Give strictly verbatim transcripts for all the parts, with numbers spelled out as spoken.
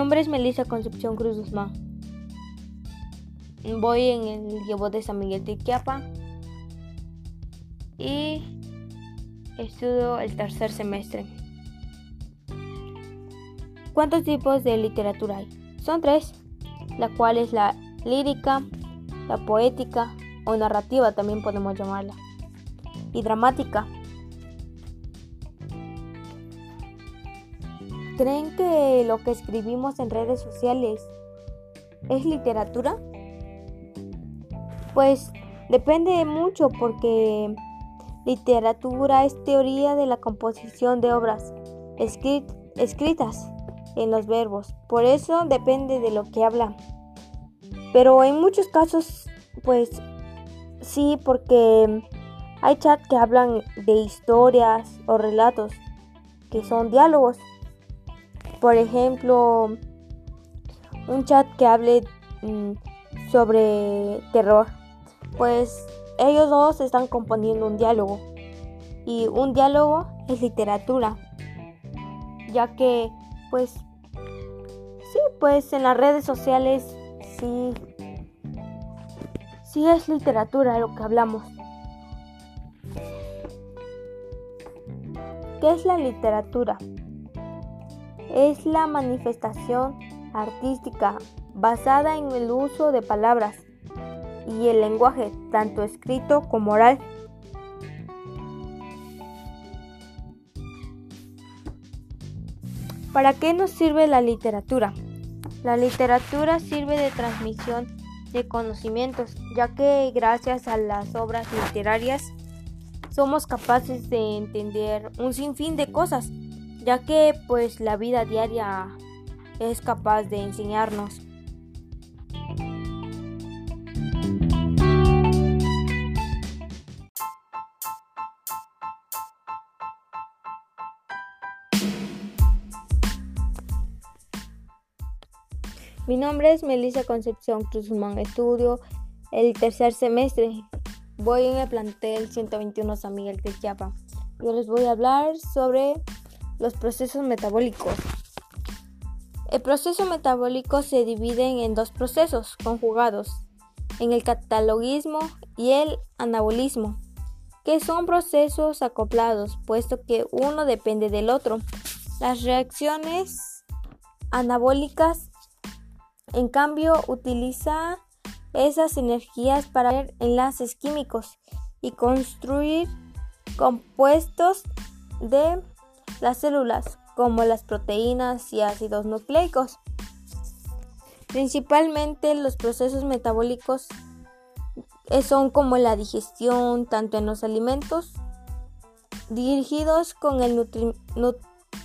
nombre es Melissa Concepción Cruz Guzmán. Voy en el Llevo de San Miguel de Quiapa y estudio el tercer semestre. ¿Cuántos tipos de literatura hay? Son tres, la cual es la lírica, la poética o narrativa también podemos llamarla, y dramática. ¿Creen que lo que escribimos en redes sociales es literatura? Pues depende mucho, porque literatura es teoría de la composición de obras escrit- escritas en los verbos. Por eso depende de lo que habla. Pero en muchos casos, pues sí, porque hay chats que hablan de historias o relatos que son diálogos. Por ejemplo, un chat que hable mmm, sobre terror, pues ellos dos están componiendo un diálogo, y un diálogo es literatura, ya que pues sí, pues en las redes sociales sí, sí es literatura lo que hablamos. ¿Qué es la literatura? Es la manifestación artística basada en el uso de palabras y el lenguaje, tanto escrito como oral. ¿Para qué nos sirve la literatura? La literatura sirve de transmisión de conocimientos, ya que gracias a las obras literarias somos capaces de entender un sinfín de cosas, ya que pues la vida diaria es capaz de enseñarnos. Mi nombre es Melissa Concepción Cruz Guzmán, estudio el tercer semestre. Voy en el plantel ciento veintiuno San Miguel de Quiapa. Yo les voy a hablar sobre los procesos metabólicos. El proceso metabólico se divide en dos procesos conjugados, en el catalogismo y el anabolismo, que son procesos acoplados, puesto que uno depende del otro. Las reacciones anabólicas, en cambio, utilizan esas energías para hacer enlaces químicos y construir compuestos de las células, como las proteínas y ácidos nucleicos. Principalmente los procesos metabólicos son como la digestión, tanto en los alimentos, dirigidos con, el nutri- nut-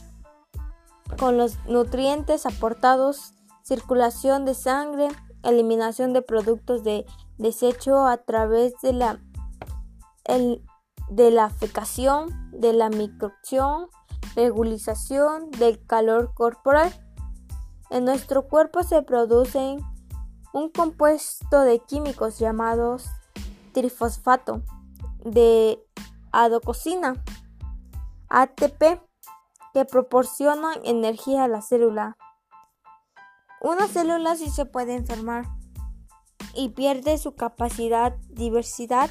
con los nutrientes aportados, circulación de sangre, eliminación de productos de desecho a través de la, el, de la fecación, de la micción, regularización del calor corporal. En nuestro cuerpo se producen un compuesto de químicos llamados trifosfato de adenosina, A T P, que proporcionan energía a la célula. Una célula sí se puede enfermar y pierde su capacidad de diversidad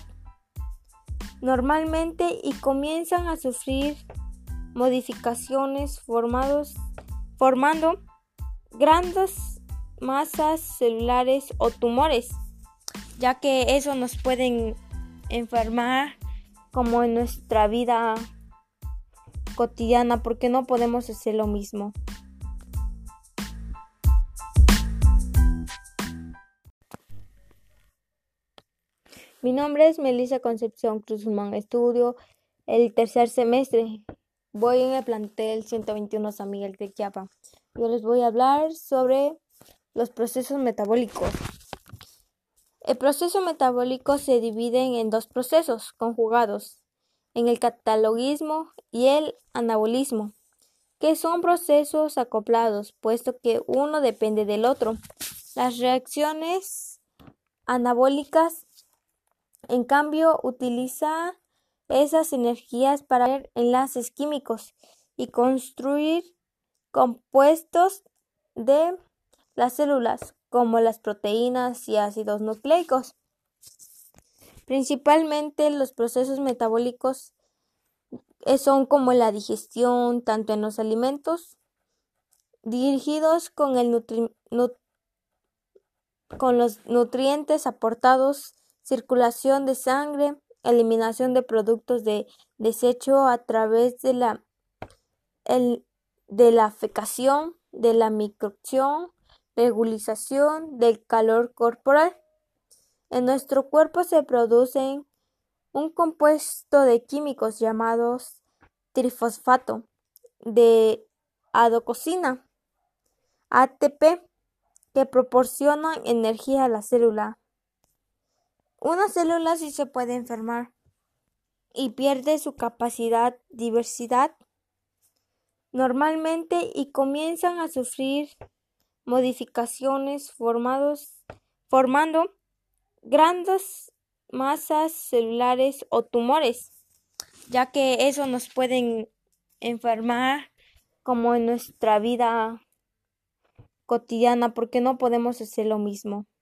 normalmente, y comienzan a sufrir modificaciones formados, formando grandes masas celulares o tumores, ya que eso nos pueden enfermar como en nuestra vida cotidiana, porque no podemos hacer lo mismo. Mi nombre es Melissa Concepción Cruz Guzmán, estudio el tercer semestre. Voy en el plantel ciento veintiuno San Miguel de Quiapa. Yo les voy a hablar sobre los procesos metabólicos. El proceso metabólico se divide en dos procesos conjugados, en el catalogismo y el anabolismo, que son procesos acoplados, puesto que uno depende del otro. Las reacciones anabólicas, en cambio, utilizan esas energías para hacer enlaces químicos y construir compuestos de las células, como las proteínas y ácidos nucleicos. Principalmente los procesos metabólicos son como la digestión, tanto en los alimentos, dirigidos con, el nutri nut con los nutrientes aportados, circulación de sangre, eliminación de productos de desecho a través de la, el, de la fecación, de la micción, regularización del calor corporal. En nuestro cuerpo se producen un compuesto de químicos llamados trifosfato de adocosina, A T P, que proporcionan energía a la célula. Una célula sí se puede enfermar y pierde su capacidad, diversidad, normalmente, y comienzan a sufrir modificaciones formados, formando grandes masas celulares o tumores, ya que eso nos pueden enfermar como en nuestra vida cotidiana, porque no podemos hacer lo mismo.